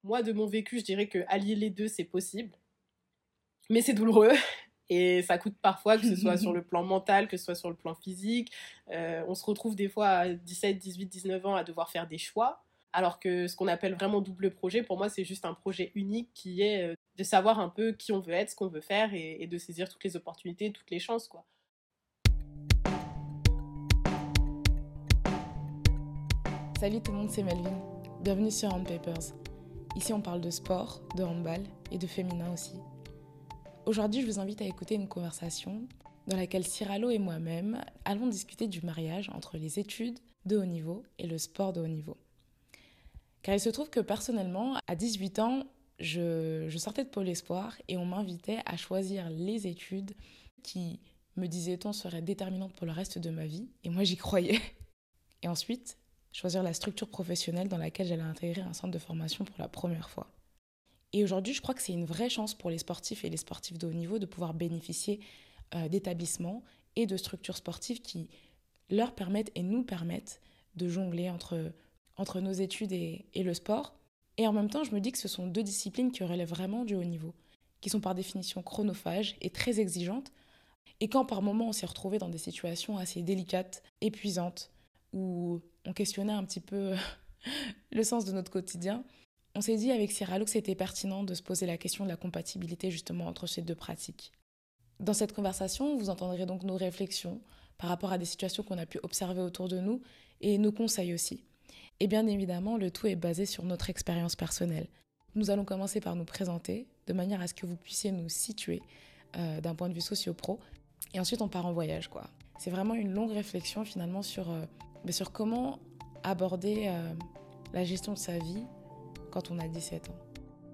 moi, de mon vécu, je dirais que allier les deux, c'est possible. Mais c'est douloureux. Et ça coûte parfois, que ce soit sur le plan mental, que ce soit sur le plan physique. On se retrouve des fois à 17, 18, 19 ans à devoir faire des choix. Alors que ce qu'on appelle vraiment double projet, pour moi, c'est juste un projet unique qui est de savoir un peu qui on veut être, ce qu'on veut faire et de saisir toutes les opportunités, toutes les chances, quoi. Salut tout le monde, c'est Melvin. Bienvenue sur Hand Papers. Ici, on parle de sport, de handball et de féminin aussi. Aujourd'hui, je vous invite à écouter une conversation dans laquelle Cyralo et moi-même allons discuter du mariage entre les études de haut niveau et le sport de haut niveau. Car il se trouve que personnellement, à 18 ans, je sortais de Pôle Espoir et on m'invitait à choisir les études qui, me disait-on, seraient déterminantes pour le reste de ma vie. Et moi, j'y croyais. Et ensuite, choisir la structure professionnelle dans laquelle j'allais intégrer un centre de formation pour la première fois. Et aujourd'hui, je crois que c'est une vraie chance pour les sportifs et les sportifs de haut niveau de pouvoir bénéficier d'établissements et de structures sportives qui leur permettent et nous permettent de jongler entre nos études et le sport. Et en même temps, je me dis que ce sont deux disciplines qui relèvent vraiment du haut niveau, qui sont par définition chronophages et très exigeantes. Et quand par moments on s'est retrouvé dans des situations assez délicates, épuisantes, où on questionnait un petit peu le sens de notre quotidien, on s'est dit avec Cyralo que c'était pertinent de se poser la question de la compatibilité justement entre ces deux pratiques. Dans cette conversation, vous entendrez donc nos réflexions par rapport à des situations qu'on a pu observer autour de nous et nos conseils aussi. Et bien évidemment, le tout est basé sur notre expérience personnelle. Nous allons commencer par nous présenter de manière à ce que vous puissiez nous situer d'un point de vue socio-pro et ensuite on part en voyage, quoi. C'est vraiment une longue réflexion finalement sur comment aborder la gestion de sa vie quand on a 17 ans.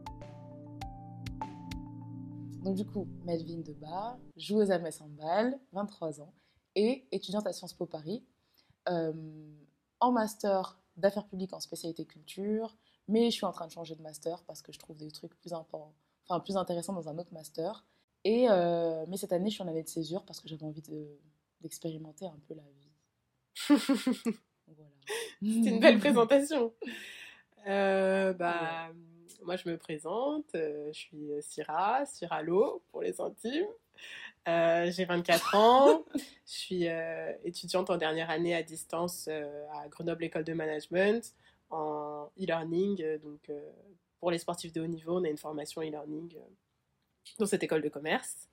Donc du coup, Melvin Debar, joueuse à Metz Handball, 23 ans, et étudiante à Sciences Po Paris, en master d'affaires publiques en spécialité culture, mais je suis en train de changer de master parce que je trouve des trucs plus intéressants dans un autre master. Mais cette année, je suis en année de césure parce que j'avais envie d'expérimenter un peu la vie. Voilà. C'était une belle présentation. Moi, je me présente. Je suis Cyralo pour les intimes. J'ai 24 ans. Je suis étudiante en dernière année à distance à Grenoble École de Management en e-learning. Pour les sportifs de haut niveau, on a une formation e-learning dans cette école de commerce.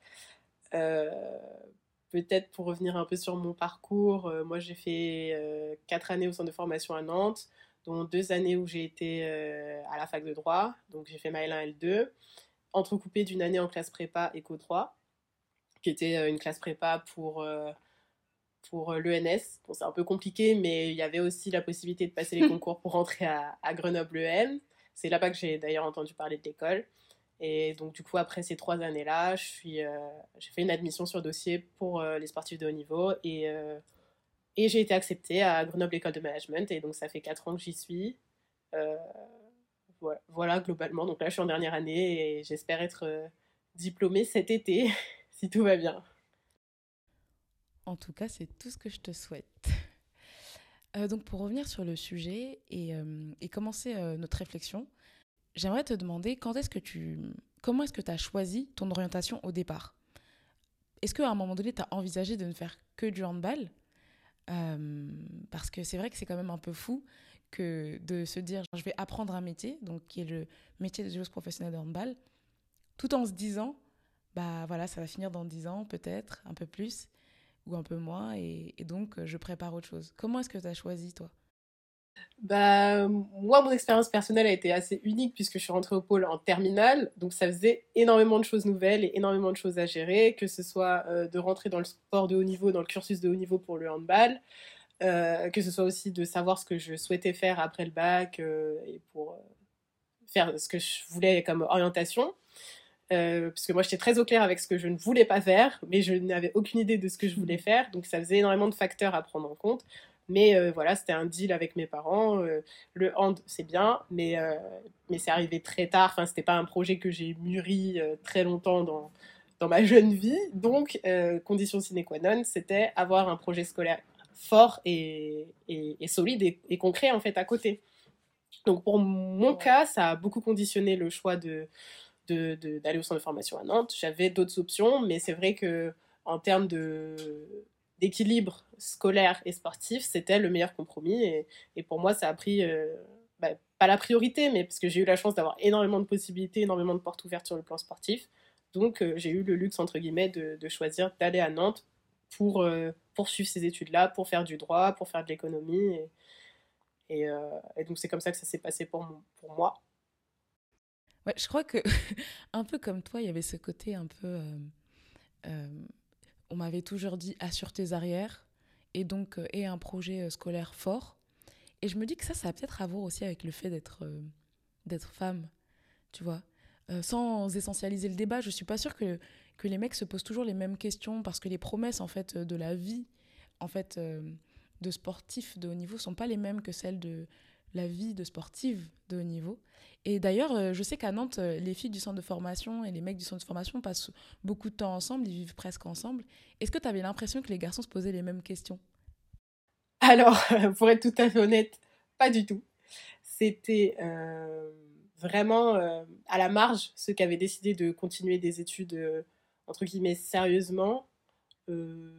Peut-être pour revenir un peu sur mon parcours, moi j'ai fait 4 années au centre de formation à Nantes, dont 2 années où j'ai été à la fac de droit, donc j'ai fait ma L1, L2, entrecoupée d'une année en classe prépa éco-droit, qui était une classe prépa pour l'ENS. Bon, c'est un peu compliqué, mais il y avait aussi la possibilité de passer les concours pour rentrer à Grenoble-EM. C'est là-bas que j'ai d'ailleurs entendu parler de l'école. Et donc, du coup, après ces 3 années-là, j'ai fait une admission sur dossier pour les sportifs de haut niveau et j'ai été acceptée à Grenoble École de Management. Et donc, ça fait 4 ans que j'y suis. Euh, voilà, globalement. Donc là, je suis en dernière année et j'espère être diplômée cet été, si tout va bien. En tout cas, c'est tout ce que je te souhaite. Donc, pour revenir sur le sujet et commencer notre réflexion, j'aimerais te demander comment est-ce que tu as choisi ton orientation au départ ? Est-ce qu'à un moment donné, tu as envisagé de ne faire que du handball ? Parce que c'est vrai que c'est quand même un peu fou que de se dire je vais apprendre un métier, donc qui est le métier de joueuse professionnelle de handball, tout en se disant bah voilà, ça va finir dans 10 ans peut-être, un peu plus ou un peu moins, et donc je prépare autre chose. Comment est-ce que tu as choisi, toi ? Moi, mon expérience personnelle a été assez unique puisque je suis rentrée au pôle en terminale, donc ça faisait énormément de choses nouvelles et énormément de choses à gérer, que ce soit de rentrer dans le sport de haut niveau, dans le cursus de haut niveau pour le handball, que ce soit aussi de savoir ce que je souhaitais faire après le bac et pour faire ce que je voulais comme orientation. Parce que moi j'étais très au clair avec ce que je ne voulais pas faire, mais je n'avais aucune idée de ce que je voulais faire, donc ça faisait énormément de facteurs à prendre en compte. Mais voilà, c'était un deal avec mes parents. Le hand, c'est bien, mais c'est arrivé très tard. Enfin, c'était pas un projet que j'ai mûri très longtemps dans ma jeune vie. Donc, condition sine qua non, c'était avoir un projet scolaire fort et solide et concret en fait à côté. Donc pour mon Ouais. cas, ça a beaucoup conditionné le choix d'aller au centre de formation à Nantes. J'avais d'autres options, mais c'est vrai que en termes d'équilibre scolaire et sportif, c'était le meilleur compromis. Et pour moi, ça a pris, pas la priorité, mais parce que j'ai eu la chance d'avoir énormément de possibilités, énormément de portes ouvertes sur le plan sportif. Donc j'ai eu le luxe, entre guillemets, de choisir d'aller à Nantes pour poursuivre ces études-là, pour faire du droit, pour faire de l'économie. Et donc c'est comme ça que ça s'est passé pour moi. Ouais, je crois que, un peu comme toi, il y avait ce côté un peu. Euh, on m'avait toujours dit assure tes arrières et donc aie un projet scolaire fort. Et je me dis que ça a peut-être à voir aussi avec le fait d'être femme, tu vois. Sans essentialiser le débat, je suis pas sûre que les mecs se posent toujours les mêmes questions parce que les promesses en fait de la vie en fait de sportifs de haut niveau sont pas les mêmes que celles de la vie de sportive de haut niveau. Et d'ailleurs, je sais qu'à Nantes, les filles du centre de formation et les mecs du centre de formation passent beaucoup de temps ensemble, ils vivent presque ensemble. Est-ce que tu avais l'impression que les garçons se posaient les mêmes questions? Alors, pour être tout à fait honnête, pas du tout. C'était vraiment à la marge ceux qui avaient décidé de continuer des études entre guillemets sérieusement, euh,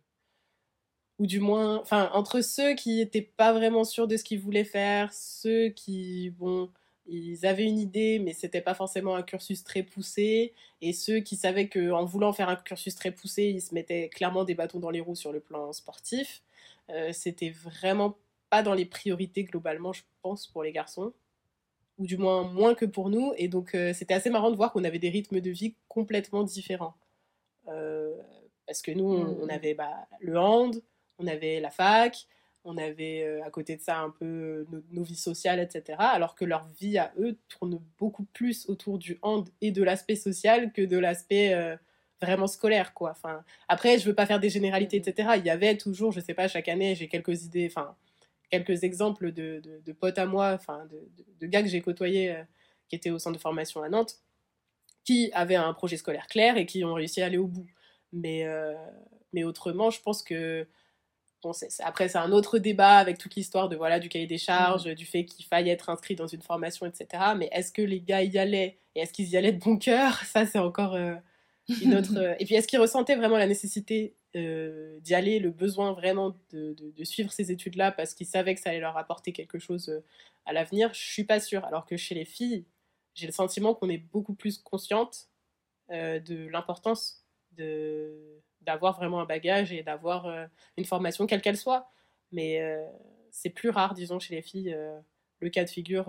ou du moins, enfin, entre ceux qui n'étaient pas vraiment sûrs de ce qu'ils voulaient faire, ceux qui, bon, ils avaient une idée, mais c'était pas forcément un cursus très poussé, et ceux qui savaient qu'en voulant faire un cursus très poussé, ils se mettaient clairement des bâtons dans les roues sur le plan sportif. C'était vraiment pas dans les priorités globalement, je pense, pour les garçons, ou du moins moins que pour nous, et donc c'était assez marrant de voir qu'on avait des rythmes de vie complètement différents. Euh, Parce que nous, on Mhm. avait le hand, on avait la fac, on avait à côté de ça un peu nos vies sociales, etc. Alors que leur vie à eux tourne beaucoup plus autour du hand et de l'aspect social que de l'aspect vraiment scolaire, quoi. Enfin, après, je veux pas faire des généralités, Mhm. etc. Il y avait toujours, je sais pas, chaque année, j'ai quelques idées, enfin, quelques exemples de potes à moi, enfin, de gars que j'ai côtoyés qui étaient au centre de formation à Nantes, qui avaient un projet scolaire clair et qui ont réussi à aller au bout. Mais, euh, mais autrement, je pense que bon, après c'est un autre débat avec toute l'histoire de voilà du cahier des charges, Mhm. du fait qu'il faille être inscrit dans une formation, etc. Mais est-ce que les gars y allaient et est-ce qu'ils y allaient de bon cœur? Ça, c'est encore une autre. Et puis, est-ce qu'ils ressentaient vraiment la nécessité d'y aller, le besoin vraiment de suivre ces études-là parce qu'ils savaient que ça allait leur apporter quelque chose à l'avenir? Je suis pas sûre. Alors que chez les filles, j'ai le sentiment qu'on est beaucoup plus consciente de l'importance de d'avoir vraiment un bagage et d'avoir une formation quelle qu'elle soit. Mais c'est plus rare, disons, chez les filles, le cas de figure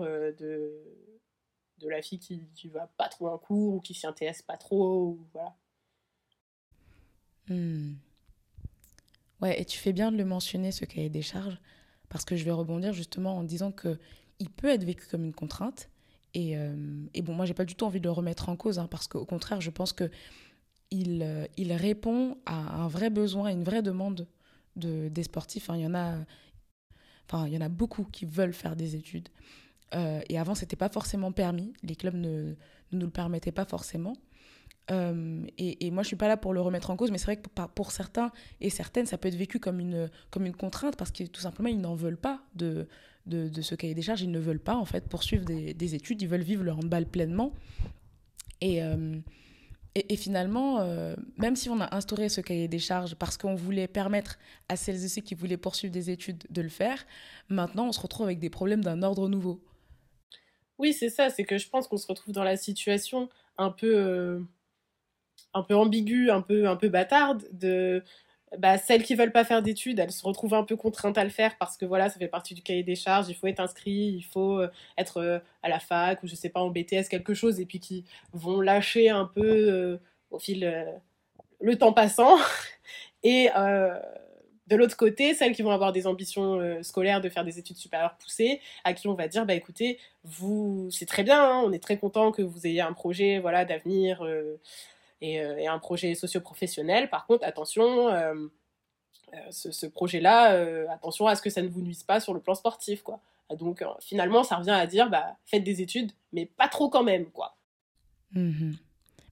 de la fille qui va pas trop en cours ou qui s'y intéresse pas trop. Ou, voilà. Hmm. Ouais, et tu fais bien de le mentionner, ce cahier des charges, parce que je vais rebondir justement en disant que il peut être vécu comme une contrainte. Et bon, moi, j'ai pas du tout envie de le remettre en cause, hein, parce qu'au contraire, je pense que il répond à un vrai besoin, une vraie demande des sportifs, hein. Il y en a beaucoup qui veulent faire des études. Et avant, c'était pas forcément permis. Les clubs ne nous le permettaient pas forcément. Et moi, je suis pas là pour le remettre en cause, mais c'est vrai que pour certains et certaines, ça peut être vécu comme une contrainte parce que tout simplement, ils n'en veulent pas de ce cahier des charges. Ils ne veulent pas, en fait, poursuivre des études. Ils veulent vivre leur handball pleinement. Et, euh, et finalement, même si on a instauré ce cahier des charges parce qu'on voulait permettre à celles et ceux qui voulaient poursuivre des études de le faire, maintenant, on se retrouve avec des problèmes d'un ordre nouveau. Oui, c'est ça, c'est que je pense qu'on se retrouve dans la situation un peu, euh, un peu ambiguë, un peu bâtarde de celles qui veulent pas faire d'études, elles se retrouvent un peu contraintes à le faire parce que voilà, ça fait partie du cahier des charges, il faut être inscrit, il faut être à la fac ou je sais pas en BTS quelque chose et puis qui vont lâcher un peu au fil le temps passant et de l'autre côté, celles qui vont avoir des ambitions scolaires de faire des études supérieures poussées, à qui on va dire bah écoutez, vous c'est très bien, hein, on est très content que vous ayez un projet voilà d'avenir et un projet socio-professionnel. Par contre, attention, ce projet-là, attention à ce que ça ne vous nuise pas sur le plan sportif, quoi. Donc finalement, ça revient à dire, bah, faites des études, mais pas trop quand même, quoi. Mhm.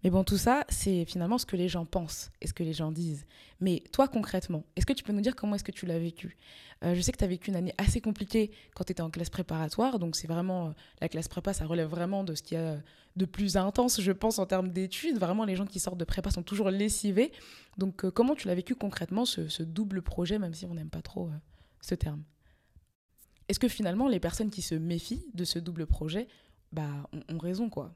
Mais bon, tout ça, c'est finalement ce que les gens pensent et ce que les gens disent. Mais toi, concrètement, est-ce que tu peux nous dire comment est-ce que tu l'as vécu? Je sais que tu as vécu une année assez compliquée quand tu étais en classe préparatoire. Donc, c'est vraiment, la classe prépa, ça relève vraiment de ce qu'il y a de plus intense, je pense, en termes d'études. Vraiment, les gens qui sortent de prépa sont toujours lessivés. Donc, comment tu l'as vécu concrètement, ce double projet, même si on n'aime pas trop ce terme? Est-ce que finalement, les personnes qui se méfient de ce double projet, bah, ont raison, quoi?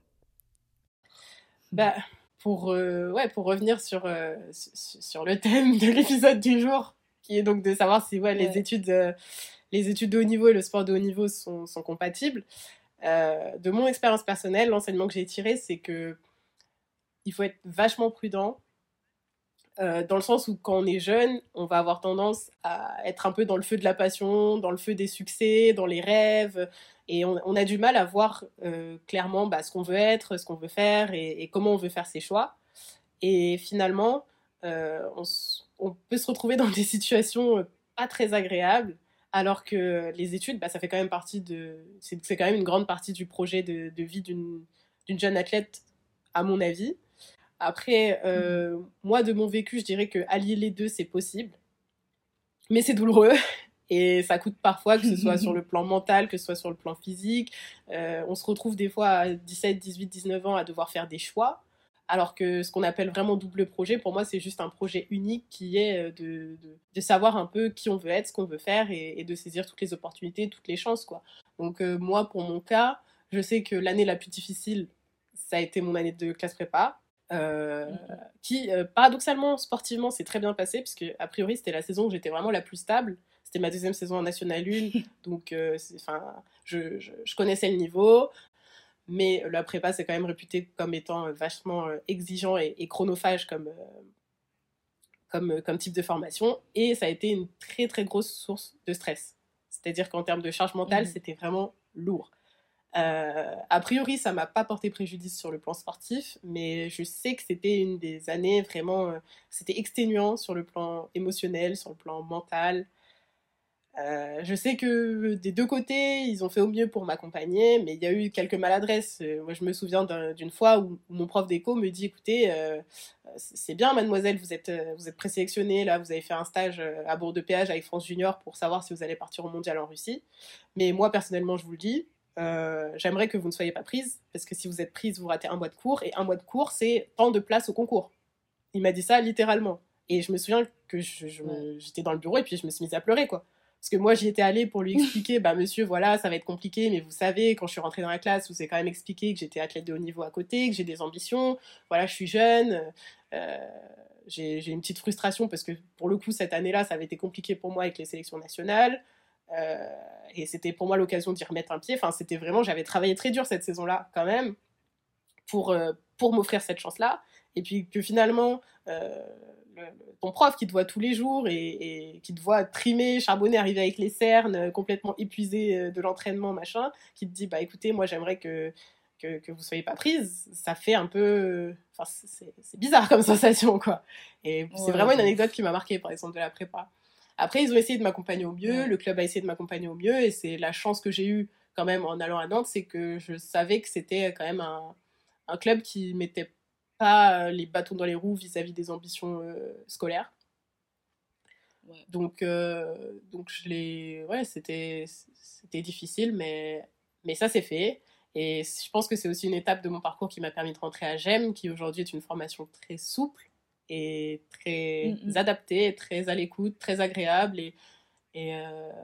Bah, pour revenir sur le thème de l'épisode du jour, qui est donc de savoir si Ouais. les études de haut niveau et le sport de haut niveau sont compatibles. De mon expérience personnelle, l'enseignement que j'ai tiré, c'est que il faut être vachement prudent, dans le sens où quand on est jeune, on va avoir tendance à être un peu dans le feu de la passion, dans le feu des succès, dans les rêves, et on a du mal à voir clairement ce qu'on veut être, ce qu'on veut faire et comment on veut faire ses choix. Et finalement, on peut se retrouver dans des situations pas très agréables, alors que les études, ça fait quand même c'est quand même une grande partie du projet de vie d'une jeune athlète, à mon avis. Après, Mhm. moi, de mon vécu, je dirais que allier les deux, c'est possible. Mais c'est douloureux. Et ça coûte parfois, que ce soit sur le plan mental, que ce soit sur le plan physique. On se retrouve des fois à 17, 18, 19 ans à devoir faire des choix. Alors que ce qu'on appelle vraiment double projet, pour moi, c'est juste un projet unique qui est de savoir un peu qui on veut être, ce qu'on veut faire et de saisir toutes les opportunités, toutes les chances, quoi. Donc, moi, pour mon cas, je sais que l'année la plus difficile, ça a été mon année de classe prépa. Euh, Mhm. qui paradoxalement sportivement s'est très bien passé puisque a priori c'était la saison où j'étais vraiment la plus stable, c'était ma deuxième saison en National 1, donc je connaissais le niveau, mais la prépa c'est quand même réputé comme étant vachement exigeant et chronophage comme type de formation, et ça a été une très très grosse source de stress, c'est à dire qu'en termes de charge mentale Mhm. c'était vraiment lourd. A priori, ça m'a pas porté préjudice sur le plan sportif, mais je sais que c'était une des années vraiment, c'était exténuant sur le plan émotionnel, sur le plan mental. Je sais que des deux côtés, ils ont fait au mieux pour m'accompagner, mais il y a eu quelques maladresses. Moi, je me souviens d'une fois où mon prof d'éco me dit, écoutez, c'est bien, mademoiselle, vous êtes présélectionnée, là, vous avez fait un stage à Bourg-de-Péage avec France Junior pour savoir si vous allez partir au mondial en Russie. Mais moi, personnellement, je vous le dis, j'aimerais que vous ne soyez pas prise, parce que si vous êtes prise, vous ratez un mois de cours, et un mois de cours, c'est tant de places au concours. Il m'a dit ça littéralement. Et je me souviens que Ouais. j'étais dans le bureau et puis je me suis mise à pleurer, quoi. Parce que moi, j'y étais allée pour lui expliquer, monsieur, voilà, ça va être compliqué, mais vous savez, quand je suis rentrée dans la classe, je vous ai quand même expliqué que j'étais athlète de haut niveau à côté, que j'ai des ambitions, voilà, je suis jeune, euh, j'ai une petite frustration parce que pour le coup, cette année-là, ça avait été compliqué pour moi avec les sélections nationales. Euh, et c'était pour moi l'occasion d'y remettre un pied. Enfin, c'était vraiment, j'avais travaillé très dur cette saison-là, quand même, pour m'offrir cette chance-là. Et puis que finalement, ton prof qui te voit tous les jours et qui te voit trimer, charbonner, arriver avec les cernes, complètement épuisé de l'entraînement, machin, qui te dit, écoutez, moi j'aimerais que vous soyez pas prise, ça fait un peu... Enfin, c'est bizarre comme sensation, quoi. Et c'est Ouais, vraiment une de anecdote ouf. qui m'a marqué, par exemple, de la prépa. Après, ils ont essayé de m'accompagner au mieux, Ouais. le club a essayé de m'accompagner au mieux, et c'est la chance que j'ai eue quand même en allant à Nantes, c'est que je savais que c'était quand même un club qui mettait pas les bâtons dans les roues vis-à-vis des ambitions scolaires. Ouais. Donc ouais, c'était difficile, mais ça c'est fait. Et je pense que c'est aussi une étape de mon parcours qui m'a permis de rentrer à GEM, qui aujourd'hui est une formation très souple et très Mhm. adaptée, très à l'écoute, très agréable. Et,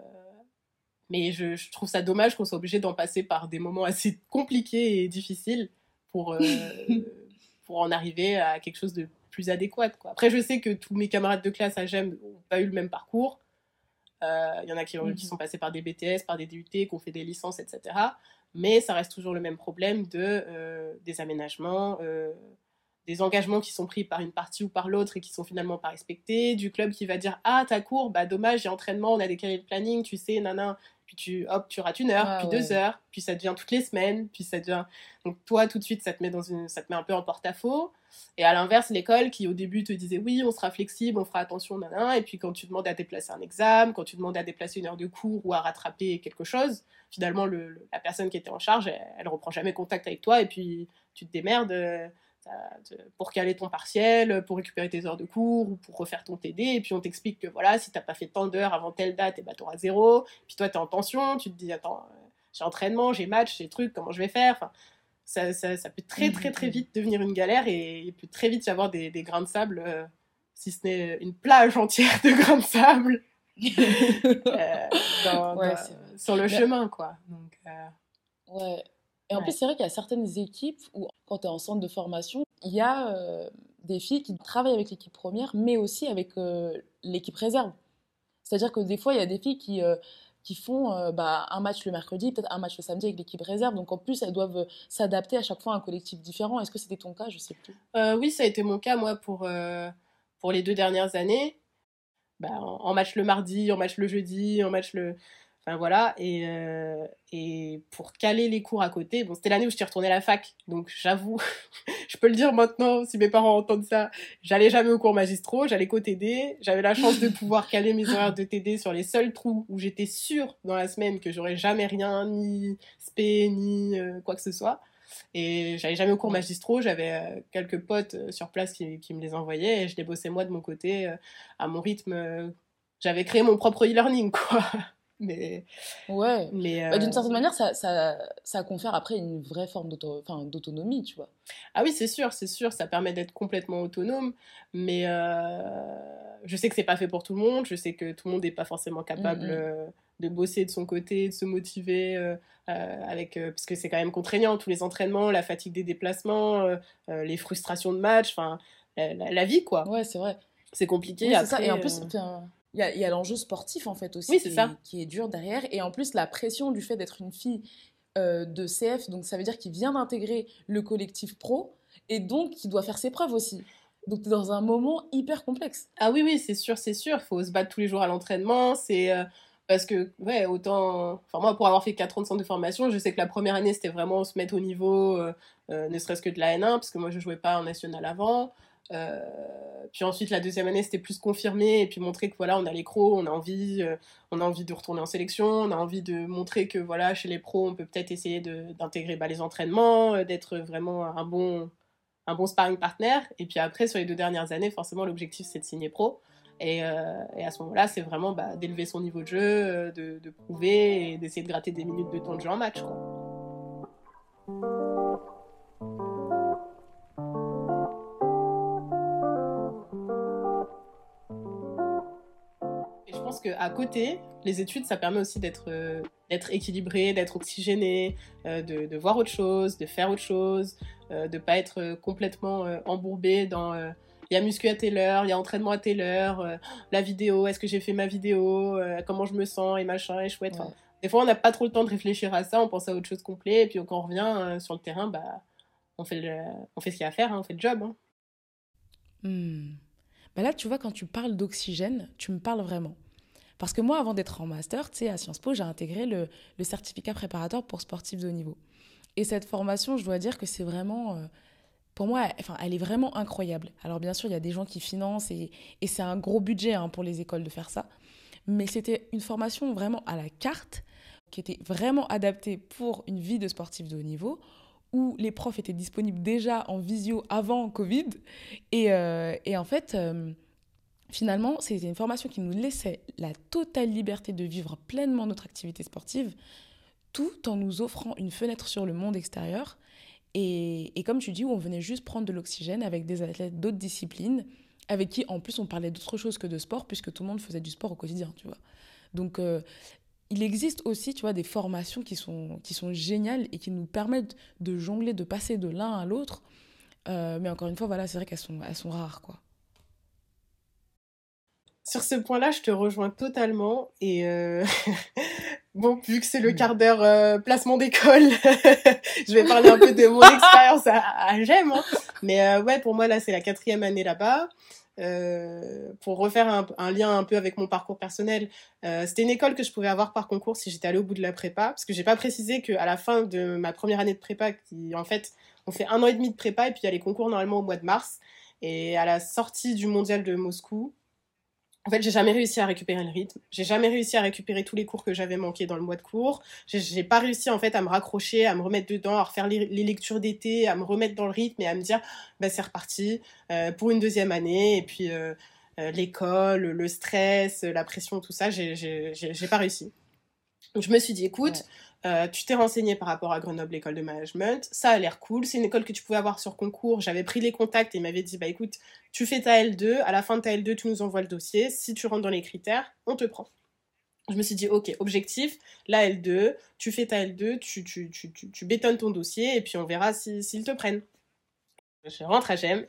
mais je trouve ça dommage qu'on soit obligé d'en passer par des moments assez compliqués et difficiles pour, euh, pour en arriver à quelque chose de plus adéquat, quoi. Après, je sais que tous mes camarades de classe à GEM n'ont pas eu le même parcours. Il y en a qui Mhm. sont passés par des BTS, par des DUT, qui ont fait des licences, etc. Mais ça reste toujours le même problème des aménagements, des engagements qui sont pris par une partie ou par l'autre et qui sont finalement pas respectés, du club qui va dire ah t'as cours, dommage, il y a entraînement, on a décalé le planning, tu sais, nanan, puis tu rates une heure, Ah puis deux ouais. heures, puis ça devient toutes les semaines, puis ça devient donc toi tout de suite ça te met un peu en porte-à-faux. Et à l'inverse, l'école qui au début te disait oui, on sera flexible, on fera attention, nanan, et puis quand tu demandes à déplacer un examen, quand tu demandes à déplacer une heure de cours ou à rattraper quelque chose, finalement la personne qui était en charge, elle reprend jamais contact avec toi et puis tu te démerdes. pour caler ton partiel, pour récupérer tes heures de cours ou pour refaire ton TD. Et puis on t'explique que voilà, si t'as pas fait tant d'heures avant telle date, et bah t'auras 0. Puis toi, t'es en tension, tu te dis attends, j'ai entraînement, j'ai match, j'ai truc, comment je vais faire? Enfin, ça peut très vite devenir une galère et il peut très vite y avoir des grains de sable, si ce n'est une plage entière de grains de sable Ouais, sur le chemin, quoi. Donc, ouais. Et en ouais. plus, c'est vrai qu'il y a certaines équipes où, quand tu es en centre de formation, il y a des filles qui travaillent avec l'équipe première, mais aussi avec l'équipe réserve. C'est-à-dire que des fois, il y a des filles qui font un match le mercredi, peut-être un match le samedi avec l'équipe réserve. Donc en plus, elles doivent s'adapter à chaque fois à un collectif différent. Est-ce que c'était ton cas? Je sais plus. Oui, ça a été mon cas, moi, pour les 2 dernières années. Bah, en match le mardi, en match le jeudi, en match le... Enfin voilà, et pour caler les cours à côté, bon, c'était l'année où je suis retournée à la fac, donc j'avoue, je peux le dire maintenant, si mes parents entendent ça, j'allais jamais au cours magistraux, j'allais qu'au TD, j'avais la chance de pouvoir caler mes horaires de TD sur les seuls trous où j'étais sûre dans la semaine que j'aurais jamais rien, ni spé, ni quoi que ce soit. Et j'allais jamais au cours magistraux, j'avais quelques potes sur place qui me les envoyaient et je les bossais moi de mon côté à mon rythme. J'avais créé mon propre e-learning, quoi. Mais, Ouais. mais D'une certaine manière, ça confère après une vraie forme d'autonomie, tu vois. Ah oui, c'est sûr, ça permet d'être complètement autonome, mais je sais que c'est pas fait pour tout le monde, je sais que tout le monde n'est pas forcément capable de bosser de son côté, de se motiver, parce que c'est quand même contraignant, tous les entraînements, la fatigue des déplacements, les frustrations de match, enfin, la vie, quoi. Ouais, c'est vrai. C'est compliqué. Oui, c'est Après, ça. Et en plus, il y a l'enjeu sportif, en fait, aussi, oui, c'est ça. qui est dur derrière. Et en plus, la pression du fait d'être une fille de CF, donc ça veut dire qu'il vient d'intégrer le collectif pro, et donc qu'il doit faire ses preuves aussi. Donc, tu es dans un moment hyper complexe. Ah oui, c'est sûr, il faut se battre tous les jours à l'entraînement, parce que, ouais, autant... Enfin, moi, pour avoir fait 4 ans de centre de formation, je sais que la première année, c'était vraiment se mettre au niveau, ne serait-ce que de la N1, parce que moi, je jouais pas en national avant. Euh, Puis ensuite, la deuxième année, c'était plus confirmer, et puis montrer que, voilà, on a les crocs, on a envie de retourner en sélection, on a envie de montrer que, voilà, chez les pros, on peut peut-être essayer d'intégrer les entraînements, d'être vraiment un bon sparring partner. Et puis après, sur les 2 dernières années, forcément, l'objectif, c'est de signer pro. Et à ce moment-là, c'est vraiment d'élever son niveau de jeu, de prouver et d'essayer de gratter des minutes de temps de jeu en match, quoi. Et je pense qu'à côté, les études, ça permet aussi d'être équilibré, d'être oxygéné, de voir autre chose, de faire autre chose, de pas être complètement embourbé dans il y a muscu à telle heure, il y a entraînement à telle heure, la vidéo, est-ce que j'ai fait ma vidéo, comment je me sens et machin et chouette. Ouais. Enfin, des fois, on n'a pas trop le temps de réfléchir à ça, on pense à autre chose complet et puis quand on revient sur le terrain, on fait ce qu'il y a à faire, hein, on fait le job. Hein. Là, tu vois, quand tu parles d'oxygène, tu me parles vraiment. Parce que moi, avant d'être en master, tu sais, à Sciences Po, j'ai intégré le certificat préparatoire pour sportifs de haut niveau. Et cette formation, je dois dire que c'est vraiment, pour moi, elle est vraiment incroyable. Alors bien sûr, il y a des gens qui financent et c'est un gros budget pour les écoles de faire ça. Mais c'était une formation vraiment à la carte, qui était vraiment adaptée pour une vie de sportif de haut niveau, où les profs étaient disponibles déjà en visio avant Covid. Et en fait, finalement, c'était une formation qui nous laissait la totale liberté de vivre pleinement notre activité sportive, tout en nous offrant une fenêtre sur le monde extérieur. Et comme tu dis, où on venait juste prendre de l'oxygène avec des athlètes d'autres disciplines, avec qui, en plus, on parlait d'autre chose que de sport, puisque tout le monde faisait du sport au quotidien, tu vois. Donc, il existe aussi, tu vois, des formations qui sont géniales et qui nous permettent de jongler, de passer de l'un à l'autre. Mais encore une fois, voilà, c'est vrai qu'elles sont rares, quoi. Sur ce point-là, je te rejoins totalement. Et bon, vu que c'est le quart d'heure placement d'école, je vais parler un peu de mon expérience à GEM. Hein. Mais ouais, pour moi, là, c'est la 4e année là-bas. Pour refaire un lien un peu avec mon parcours personnel, c'était une école que je pouvais avoir par concours si j'étais allée au bout de la prépa, parce que j'ai pas précisé qu'à la fin de ma première année de prépa, qui en fait, on fait 1 an et demi de prépa, et puis il y a les concours normalement au mois de mars, et à la sortie du mondial de Moscou, En fait, j'ai jamais réussi à récupérer le rythme. J'ai jamais réussi à récupérer tous les cours que j'avais manqués dans le mois de cours. J'ai pas réussi, en fait, à me raccrocher, à me remettre dedans, à refaire les lectures d'été, à me remettre dans le rythme et à me dire, bah, c'est reparti pour une deuxième année. Et puis, l'école, le stress, la pression, tout ça, j'ai pas réussi. Donc, je me suis dit, écoute, tu t'es renseigné par rapport à Grenoble, l'école de management, ça a l'air cool, c'est une école que tu pouvais avoir sur concours, j'avais pris les contacts et ils m'avaient dit, bah écoute, tu fais ta L2, à la fin de ta L2, tu nous envoies le dossier, si tu rentres dans les critères, on te prend. Je me suis dit, ok, objectif, la L2, tu fais ta L2, tu bétonnes ton dossier et puis on verra s'ils te prennent. Je rentre à GEM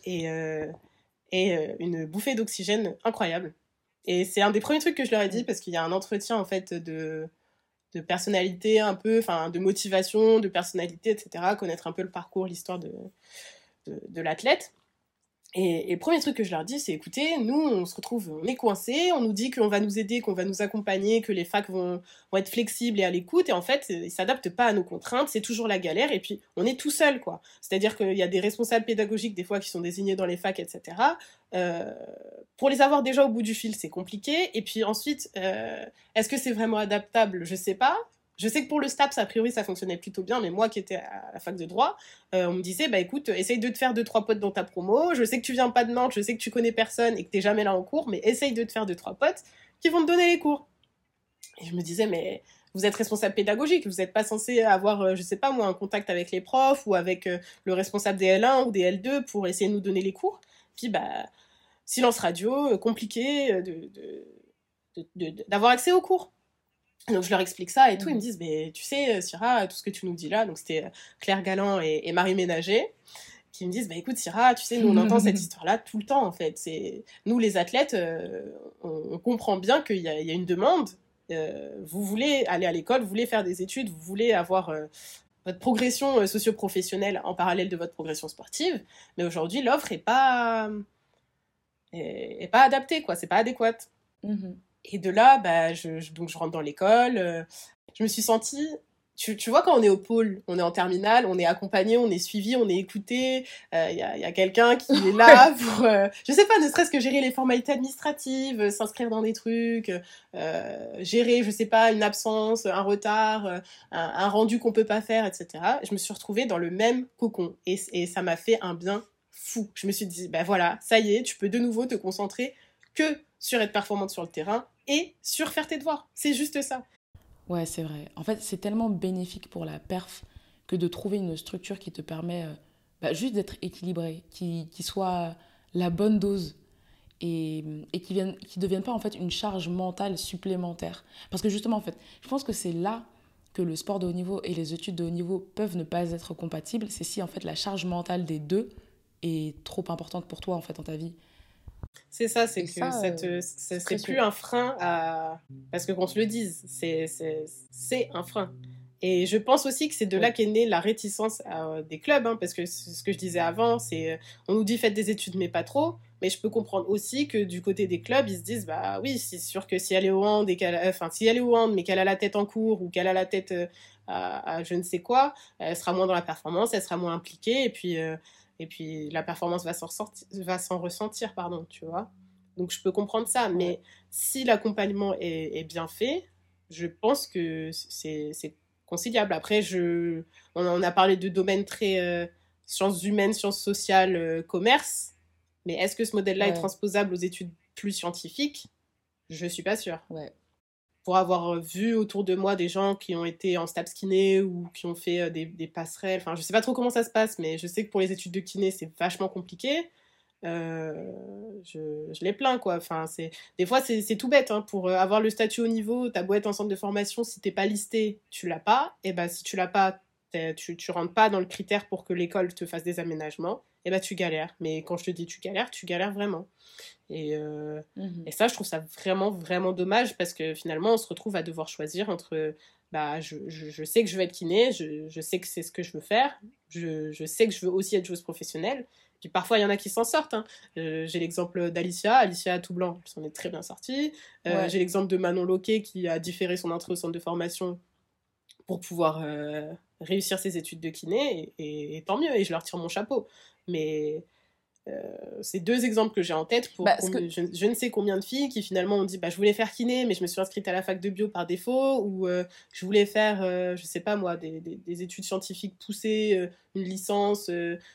et une bouffée d'oxygène incroyable. Et c'est un des premiers trucs que je leur ai dit parce qu'il y a un entretien en fait de personnalité un peu, enfin de motivation, de personnalité, etc. Connaître un peu le parcours, l'histoire de l'athlète. Et le premier truc que je leur dis, c'est écoutez, nous, on se retrouve, on est coincés, on nous dit qu'on va nous aider, qu'on va nous accompagner, que les facs vont être flexibles et à l'écoute, et en fait, ils s'adaptent pas à nos contraintes, c'est toujours la galère, et puis on est tout seul, quoi. C'est-à-dire qu'il y a des responsables pédagogiques, des fois, qui sont désignés dans les facs, etc. Pour les avoir déjà au bout du fil, c'est compliqué, et puis ensuite, est-ce que c'est vraiment adaptable? Je sais pas. Je sais que pour le STAPS, a priori, ça fonctionnait plutôt bien, mais moi qui étais à la fac de droit, on me disait, bah écoute, essaye de te faire 2-3 potes dans ta promo, je sais que tu viens pas de Nantes, je sais que tu connais personne et que t'es jamais là en cours, mais essaye de te faire 2-3 potes qui vont te donner les cours. Et je me disais, mais vous êtes responsable pédagogique, vous n'êtes pas censé avoir, je sais pas moi, un contact avec les profs ou avec le responsable des L1 ou des L2 pour essayer de nous donner les cours. Puis bah, silence radio, compliqué d'avoir accès aux cours. Donc je leur explique ça et tout, ils me disent, mais tu sais, Syrah, tout ce que tu nous dis là, donc c'était Claire Galland et Marie Ménager, qui me disent, bah écoute Syrah, tu sais, nous on entend cette histoire-là tout le temps en fait. Nous les athlètes, on comprend bien qu'il y a une demande, vous voulez aller à l'école, vous voulez faire des études, vous voulez avoir votre progression socio-professionnelle en parallèle de votre progression sportive, mais aujourd'hui l'offre est pas adaptée, quoi, c'est pas adéquate. Et de là, bah, donc je rentre dans l'école. Je me suis sentie... Tu vois, quand on est au pôle, on est en terminale, on est accompagné, on est suivi, on est écouté. Y a quelqu'un qui est là pour... je sais pas, ne serait-ce que gérer les formalités administratives, s'inscrire dans des trucs, gérer, je sais pas, une absence, un retard, un rendu qu'on peut pas faire, etc. Je me suis retrouvée dans le même cocon. Et ça m'a fait un bien fou. Je me suis dit, bah voilà, ça y est, tu peux de nouveau te concentrer que sur être performante sur le terrain et sur faire tes devoirs. C'est juste ça. Ouais, c'est vrai. En fait, c'est tellement bénéfique pour la perf que de trouver une structure qui te permet juste d'être équilibré, qui soit la bonne dose et qui devienne pas en fait une charge mentale supplémentaire. Parce que justement, en fait, je pense que c'est là que le sport de haut niveau et les études de haut niveau peuvent ne pas être compatibles. C'est si en fait la charge mentale des deux est trop importante pour toi en fait dans ta vie. C'est ça, c'est que c'est plus un frein à... Parce que qu'on se le dise, c'est un frein. Et je pense aussi que c'est de là qu'est née la réticence des clubs, hein, parce que ce que je disais avant, c'est on nous dit faites des études mais pas trop, mais je peux comprendre aussi que du côté des clubs, ils se disent bah oui, c'est sûr que si elle est au hand, si elle est au hand mais qu'elle a la tête en cours ou qu'elle a la tête à je ne sais quoi, elle sera moins dans la performance, elle sera moins impliquée et puis la performance va s'en ressentir, pardon, tu vois. Donc je peux comprendre ça, mais si l'accompagnement est bien fait, je pense que c'est conciliable. Après, on en a parlé de domaines très sciences humaines, sciences sociales, commerce, mais est-ce que ce modèle-là est transposable aux études plus scientifiques? Je suis pas sûre. Pour avoir vu autour de moi des gens qui ont été en STAPS kiné ou qui ont fait des passerelles, enfin je sais pas trop comment ça se passe, mais je sais que pour les études de kiné c'est vachement compliqué. Je les plains quoi. Enfin, des fois c'est tout bête, hein. Pour avoir le statut haut niveau, t'as beau être en centre de formation, si t'es pas listé, tu l'as pas. Et bah si tu l'as pas, tu rentres pas dans le critère pour que l'école te fasse des aménagements. Et bah tu galères. Mais quand je te dis tu galères vraiment. Et ça, je trouve ça vraiment, vraiment dommage parce que finalement, on se retrouve à devoir choisir entre bah, je sais que je veux être kiné, je sais que c'est ce que je veux faire, je sais que je veux aussi être joueuse professionnelle. Puis parfois, il y en a qui s'en sortent. Hein. J'ai l'exemple Alicia Toublanc, elle s'en est très bien sortie. J'ai l'exemple de Manon Loquet qui a différé son entrée au centre de formation pour pouvoir réussir ses études de kiné et tant mieux, et je leur tire mon chapeau. Mais C'est 2 exemples que j'ai en tête pour je ne sais combien de filles qui finalement ont dit je voulais faire kiné mais je me suis inscrite à la fac de bio par défaut, ou je voulais faire je sais pas moi des études scientifiques poussées, une licence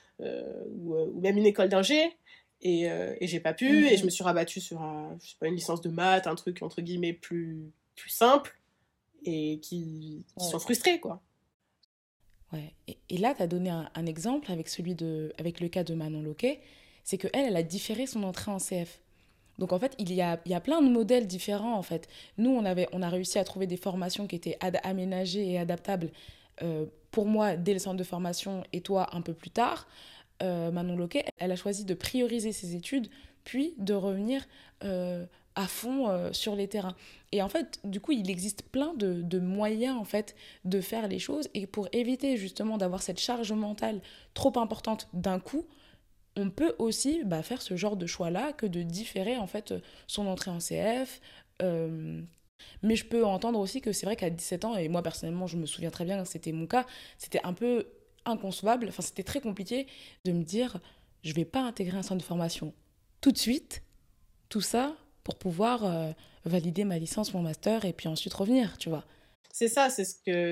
ou même une école d'ingé, et j'ai pas pu, et je me suis rabattue sur je sais pas, une licence de maths, un truc entre guillemets plus simple, et qui sont frustrées, quoi. Ouais. Et là, tu as donné un exemple avec le cas de Manon Loquet, c'est qu'elle, elle a différé son entrée en CF. Donc en fait, il y a plein de modèles différents en fait. Nous, on a réussi à trouver des formations qui étaient aménagées et adaptables pour moi dès le centre de formation, et toi un peu plus tard. Manon Loquet, elle a choisi de prioriser ses études, puis de revenir à fond sur les terrains. Et en fait, du coup, il existe plein de moyens en fait de faire les choses, et pour éviter justement d'avoir cette charge mentale trop importante d'un coup, on peut aussi faire ce genre de choix-là, que de différer en fait son entrée en CF. Mais je peux entendre aussi que c'est vrai qu'à 17 ans, et moi personnellement je me souviens très bien que c'était mon cas, c'était un peu inconcevable, enfin c'était très compliqué de me dire je vais pas intégrer un centre de formation tout de suite, tout ça pour pouvoir valider ma licence, mon master, et puis ensuite revenir, tu vois. C'est ça, c'est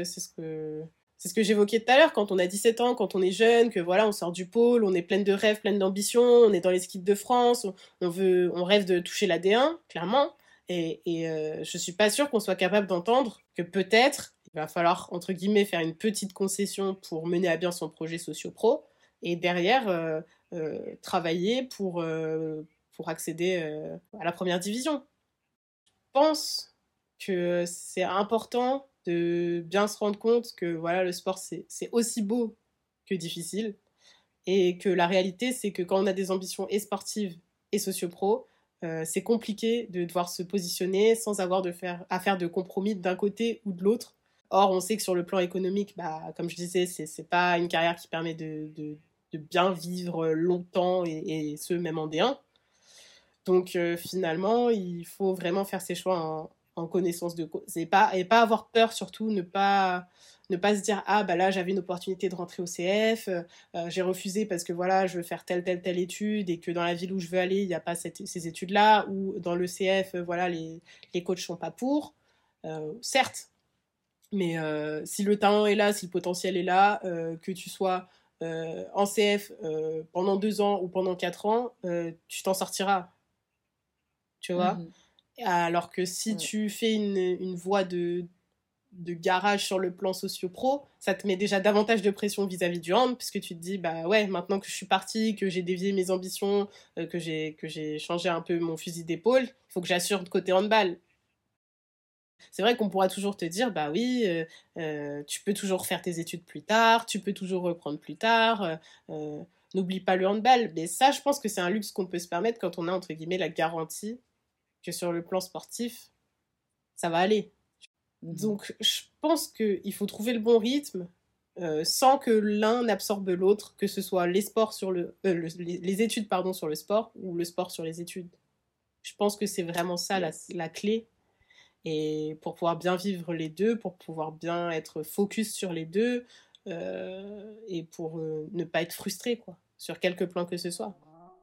ce que j'évoquais tout à l'heure, quand on a 17 ans, quand on est jeune, que voilà, on sort du pôle, on est pleine de rêves, pleine d'ambition, on est dans les skis de France, on rêve de toucher la D1, clairement, et je suis pas sûre qu'on soit capable d'entendre que peut-être il va falloir, entre guillemets, faire une petite concession pour mener à bien son projet socio-pro, et derrière travailler pour accéder à la première division. Je pense que c'est important de bien se rendre compte que voilà, le sport, c'est aussi beau que difficile, et que la réalité, c'est que quand on a des ambitions et sportives et socio-pro, c'est compliqué de devoir se positionner sans avoir à faire de compromis d'un côté ou de l'autre. Or, on sait que sur le plan économique, comme je disais, c'est pas une carrière qui permet de bien vivre longtemps, et ce, même en D1. Donc finalement, il faut vraiment faire ses choix en connaissance de cause. Et pas avoir peur, surtout, ne pas se dire là j'avais une opportunité de rentrer au CF, j'ai refusé parce que voilà, je veux faire telle étude, et que dans la ville où je veux aller, il n'y a pas ces études-là, ou dans le CF, voilà, les coachs sont pas pour. Certes, mais si le talent est là, si le potentiel est là, que tu sois en CF pendant 2 ans ou pendant 4 ans, tu t'en sortiras, tu vois. Alors que si tu fais une voie de garage sur le plan socio-pro, ça te met déjà davantage de pression vis-à-vis du hand, puisque tu te dis, ouais, maintenant que je suis partie, que j'ai dévié mes ambitions, que j'ai changé un peu mon fusil d'épaule, il faut que j'assure de côté handball. C'est vrai qu'on pourra toujours te dire, oui, tu peux toujours faire tes études plus tard, tu peux toujours reprendre plus tard, n'oublie pas le handball. Mais ça, je pense que c'est un luxe qu'on peut se permettre quand on a, entre guillemets, la garantie que sur le plan sportif, ça va aller. Donc, je pense qu'il faut trouver le bon rythme sans que l'un n'absorbe l'autre, que ce soit les sports sur les études sur le sport, ou le sport sur les études. Je pense que c'est vraiment ça la clé. Et pour pouvoir bien vivre les deux, pour pouvoir bien être focus sur les deux, et pour ne pas être frustré, quoi, sur quelque plan que ce soit.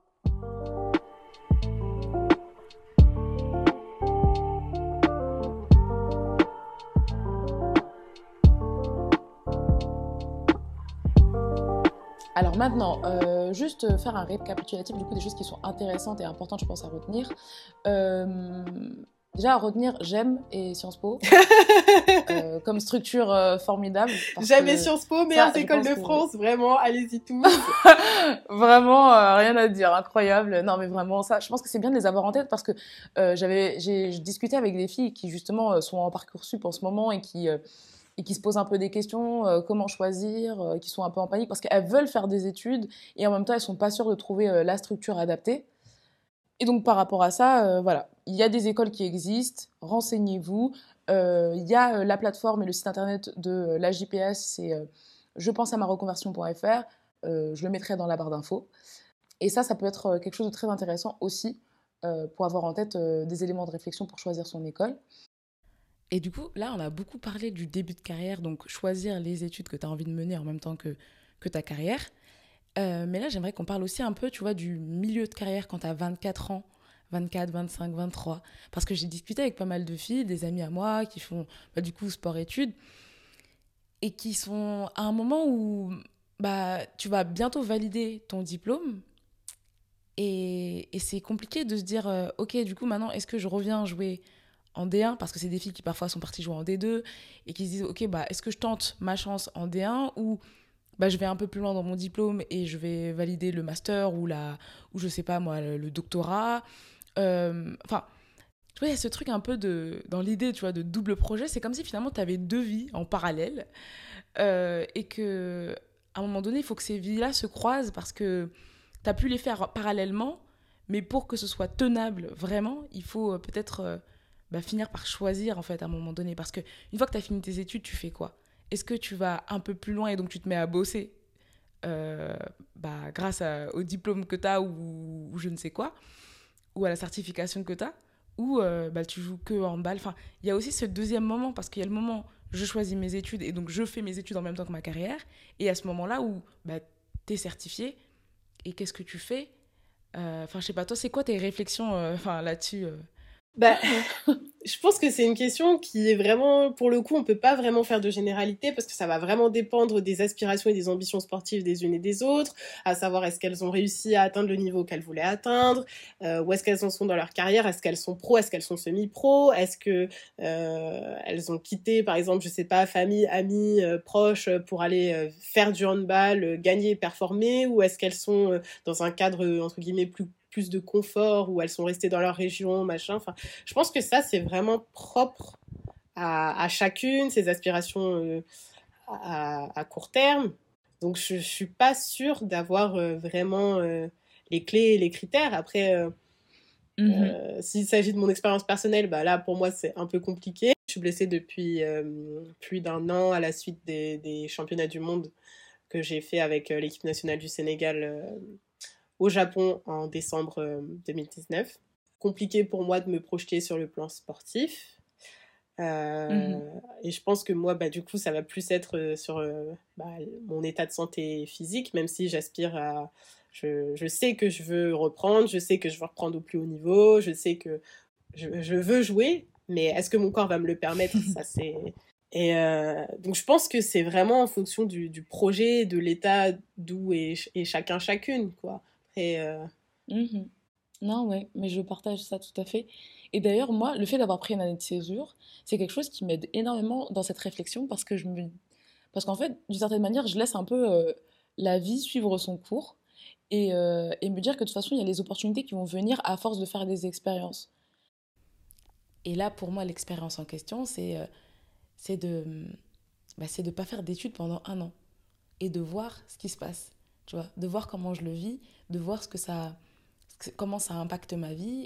Alors maintenant, juste faire un récapitulatif du coup des choses qui sont intéressantes et importantes, je pense, à retenir. Déjà, à retenir, GEM et Sciences Po comme structure formidable. GEM et Sciences Po, meilleures écoles de France, vraiment, allez-y tous. Vraiment, rien à dire, incroyable. Non, mais vraiment, ça, je pense que c'est bien de les avoir en tête, parce que j'ai discuté avec des filles qui justement sont en Parcoursup en ce moment, et qui se posent un peu des questions, comment choisir, qui sont un peu en panique parce qu'elles veulent faire des études et en même temps elles sont pas sûres de trouver la structure adaptée. Et donc par rapport à ça, voilà, il y a des écoles qui existent, renseignez-vous. Il y a la plateforme et le site internet de la JPS, c'est je pense à ma reconversion.fr, je le mettrai dans la barre d'infos. Et ça peut être quelque chose de très intéressant aussi pour avoir en tête des éléments de réflexion pour choisir son école. Et du coup, là, on a beaucoup parlé du début de carrière, donc choisir les études que tu as envie de mener en même temps que ta carrière. Mais là, j'aimerais qu'on parle aussi un peu, tu vois, du milieu de carrière quand tu as 24 ans, 24, 25, 23. Parce que j'ai discuté avec pas mal de filles, des amis à moi qui font du coup sport-études et qui sont à un moment où tu vas bientôt valider ton diplôme et c'est compliqué de se dire ok, du coup, maintenant, est-ce que je reviens jouer en D1 parce que c'est des filles qui parfois sont parties jouer en D2 et qui se disent ok, est-ce que je tente ma chance en D1 ou je vais un peu plus loin dans mon diplôme et je vais valider le master ou je sais pas moi, le doctorat. Enfin, tu vois, il y a ce truc un peu dans l'idée, tu vois, de double projet. C'est comme si finalement tu avais deux vies en parallèle et que à un moment donné, il faut que ces vies-là se croisent parce que tu as pu les faire parallèlement, mais pour que ce soit tenable vraiment, il faut peut-être finir par choisir en fait à un moment donné. Parce qu'une fois que tu as fini tes études, tu fais quoi? Est-ce que tu vas un peu plus loin et donc tu te mets à bosser grâce au diplôme que tu as ou je ne sais quoi, ou à la certification que tu as, ou tu joues que en handball. Enfin, il y a aussi ce deuxième moment, parce qu'il y a le moment je choisis mes études et donc je fais mes études en même temps que ma carrière, et à ce moment-là où tu es certifié, et qu'est-ce que tu fais? Enfin, je sais pas, toi, c'est quoi tes réflexions là-dessus Bah, je pense que c'est une question qui est vraiment, pour le coup, on peut pas vraiment faire de généralité parce que ça va vraiment dépendre des aspirations et des ambitions sportives des unes et des autres, à savoir est-ce qu'elles ont réussi à atteindre le niveau qu'elles voulaient atteindre, où est-ce qu'elles en sont dans leur carrière, est-ce qu'elles sont pro, est-ce qu'elles sont semi-pro, est-ce que elles ont quitté, par exemple, je sais pas, famille, amis, proches pour aller faire du handball, gagner, performer, ou est-ce qu'elles sont dans un cadre entre guillemets plus de confort, où elles sont restées dans leur région, machin. Enfin, je pense que ça, c'est vraiment propre à chacune, ses aspirations à court terme. Donc, je suis pas sûre d'avoir vraiment les clés et les critères. Après, s'il s'agit de mon expérience personnelle, là, pour moi, c'est un peu compliqué. Je suis blessée depuis plus d'1 an à la suite des championnats du monde que j'ai fait avec l'équipe nationale du Sénégal au Japon en décembre 2019. Compliqué pour moi de me projeter sur le plan sportif. Et je pense que moi, du coup, ça va plus être sur mon état de santé physique, même si j'aspire à... Je sais que je veux reprendre, je sais que je veux reprendre au plus haut niveau, je sais que je veux jouer, mais est-ce que mon corps va me le permettre? Ça, c'est... Et donc, je pense que c'est vraiment en fonction du projet, de l'état d'où est chacune, quoi. Et Non, ouais, mais je partage ça tout à fait. Et d'ailleurs, moi, le fait d'avoir pris une année de césure, c'est quelque chose qui m'aide énormément dans cette réflexion parce qu'en fait, d'une certaine manière, je laisse un peu la vie suivre son cours et me dire que de toute façon, il y a les opportunités qui vont venir à force de faire des expériences. Et là, pour moi, l'expérience en question, c'est de c'est de pas faire d'études pendant 1 an et de voir ce qui se passe, tu vois, de voir comment je le vis, de voir comment ça impacte ma vie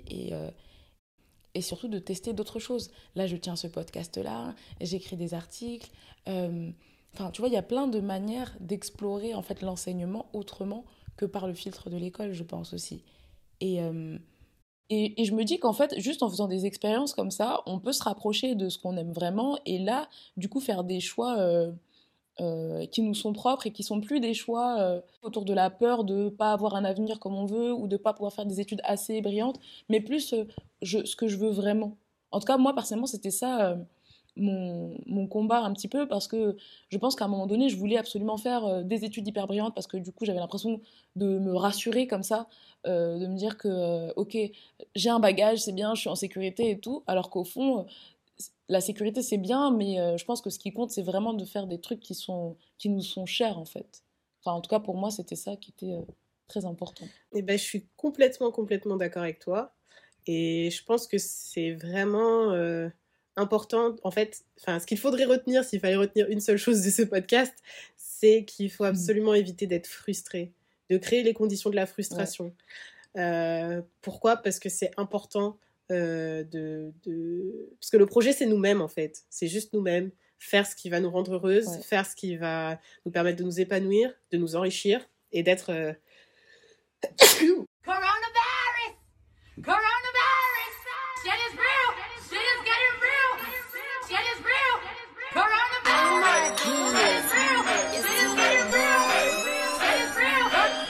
et surtout de tester d'autres choses. Là, je tiens ce podcast-là, j'écris des articles. Enfin, tu vois, il y a plein de manières d'explorer en fait l'enseignement autrement que par le filtre de l'école, je pense aussi. Et, et je me dis qu'en fait, juste en faisant des expériences comme ça, on peut se rapprocher de ce qu'on aime vraiment et là, du coup, faire des choix qui nous sont propres et qui sont plus des choix autour de la peur de pas avoir un avenir comme on veut ou de pas pouvoir faire des études assez brillantes, mais plus ce que je veux vraiment. En tout cas, moi, personnellement, c'était ça mon combat un petit peu parce que je pense qu'à un moment donné, je voulais absolument faire des études hyper brillantes parce que du coup, j'avais l'impression de me rassurer comme ça, de me dire que, ok, j'ai un bagage, c'est bien, je suis en sécurité et tout, alors qu'au fond, la sécurité c'est bien, mais je pense que ce qui compte c'est vraiment de faire des trucs qui nous sont chers en fait. Enfin, en tout cas pour moi c'était ça qui était très important. Et je suis complètement d'accord avec toi. Et je pense que c'est vraiment important. En fait, ce qu'il faudrait retenir, s'il fallait retenir une seule chose de ce podcast, c'est qu'il faut absolument éviter d'être frustré, de créer les conditions de la frustration. Ouais. Pourquoi? Parce que c'est important parce que le projet c'est nous-mêmes en fait, c'est juste nous-mêmes, faire ce qui va nous rendre heureuses, faire ce qui va nous permettre de nous épanouir, de nous enrichir et d'être Coronavirus! Coronavirus! Shit is real! Shit is getting real! Shit is real! Coronavirus! Shit is real! Shit is getting real! Shit is real!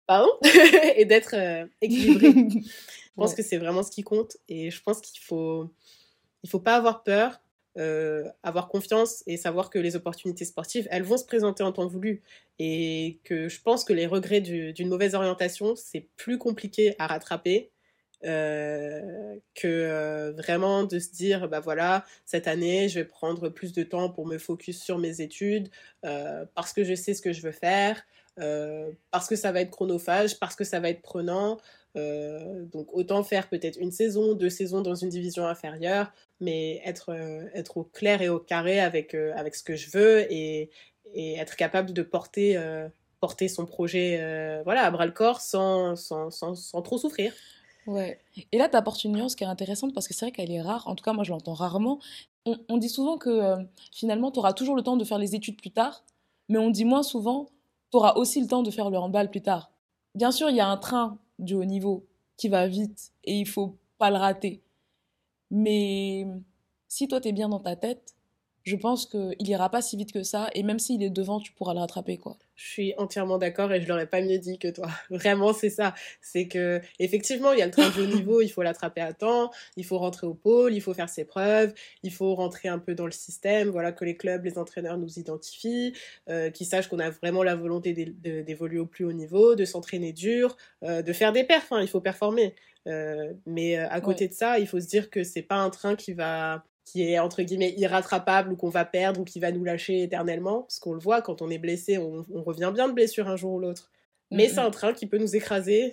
pardon, et d'être équilibré. Je pense Ouais. que c'est vraiment ce qui compte et je pense qu'il faut pas avoir peur, avoir confiance et savoir que les opportunités sportives, elles vont se présenter en temps voulu et que je pense que les regrets d'une mauvaise orientation, c'est plus compliqué à rattraper que vraiment de se dire bah voilà, cette année je vais prendre plus de temps pour me focus sur mes études parce que je sais ce que je veux faire, parce que ça va être chronophage, parce que ça va être prenant. Donc autant faire peut-être une saison, 2 saisons dans une division inférieure, mais être au clair et au carré avec ce que je veux et être capable de porter son projet voilà, à bras le corps sans trop souffrir. Ouais. Et là, tu apportes une nuance qui est intéressante parce que c'est vrai qu'elle est rare. En tout cas, moi, je l'entends rarement. On dit souvent que finalement, tu auras toujours le temps de faire les études plus tard, mais on dit moins souvent, tu auras aussi le temps de faire le handball plus tard. Bien sûr, il y a un train du haut niveau qui va vite et il faut pas le rater. Mais si toi, tu es bien dans ta tête, je pense qu'il ira pas si vite que ça. Et même s'il est devant, tu pourras le rattraper, quoi. Je suis entièrement d'accord et je l'aurais pas mieux dit que toi. Vraiment, c'est ça. C'est que, effectivement, il y a le train du haut niveau, il faut l'attraper à temps, il faut rentrer au pôle, il faut faire ses preuves, il faut rentrer un peu dans le système, voilà, que les clubs, les entraîneurs nous identifient, qu'ils sachent qu'on a vraiment la volonté d'évoluer au plus haut niveau, de s'entraîner dur, de faire des perfs, hein, il faut performer. Mais à côté Ouais. de ça, il faut se dire que c'est pas un train qui est entre guillemets irrattrapable ou qu'on va perdre ou qui va nous lâcher éternellement, parce qu'on le voit, quand on est blessé, on revient bien de blessure un jour ou l'autre. Mais c'est un train qui peut nous écraser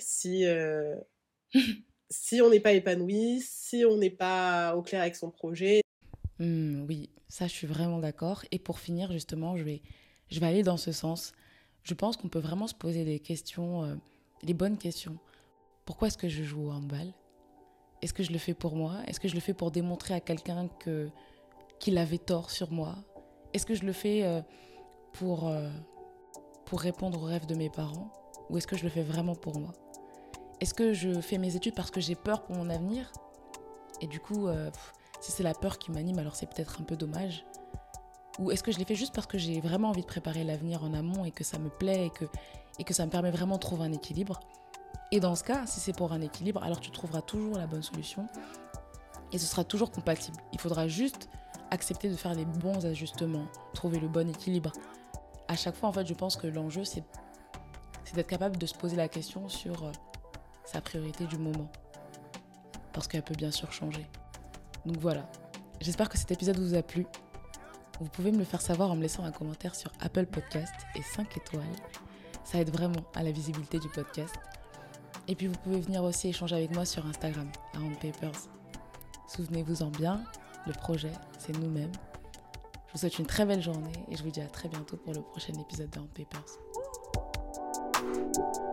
si on n'est pas épanoui, si on n'est pas au clair avec son projet. Oui, ça, je suis vraiment d'accord. Et pour finir, justement, je vais aller dans ce sens. Je pense qu'on peut vraiment se poser des questions, les bonnes questions. Pourquoi est-ce que je joue au handball ? Est-ce que je le fais pour moi ? Est-ce que je le fais pour démontrer à quelqu'un qu'il avait tort sur moi ? Est-ce que je le fais pour répondre aux rêves de mes parents ? Ou est-ce que je le fais vraiment pour moi ? Est-ce que je fais mes études parce que j'ai peur pour mon avenir ? Et du coup, si c'est la peur qui m'anime, alors c'est peut-être un peu dommage. Ou est-ce que je l'ai fait juste parce que j'ai vraiment envie de préparer l'avenir en amont et que ça me plaît et que ça me permet vraiment de trouver un équilibre ? Et dans ce cas, si c'est pour un équilibre, alors tu trouveras toujours la bonne solution et ce sera toujours compatible. Il faudra juste accepter de faire les bons ajustements, trouver le bon équilibre. À chaque fois, en fait, je pense que l'enjeu, c'est d'être capable de se poser la question sur sa priorité du moment. Parce qu'elle peut bien sûr changer. Donc voilà, j'espère que cet épisode vous a plu. Vous pouvez me le faire savoir en me laissant un commentaire sur Apple Podcast et 5 étoiles. Ça aide vraiment à la visibilité du podcast. Et puis vous pouvez venir aussi échanger avec moi sur Instagram, @roundpapers. Souvenez-vous-en bien, le projet, c'est nous-mêmes. Je vous souhaite une très belle journée et je vous dis à très bientôt pour le prochain épisode de Round Papers.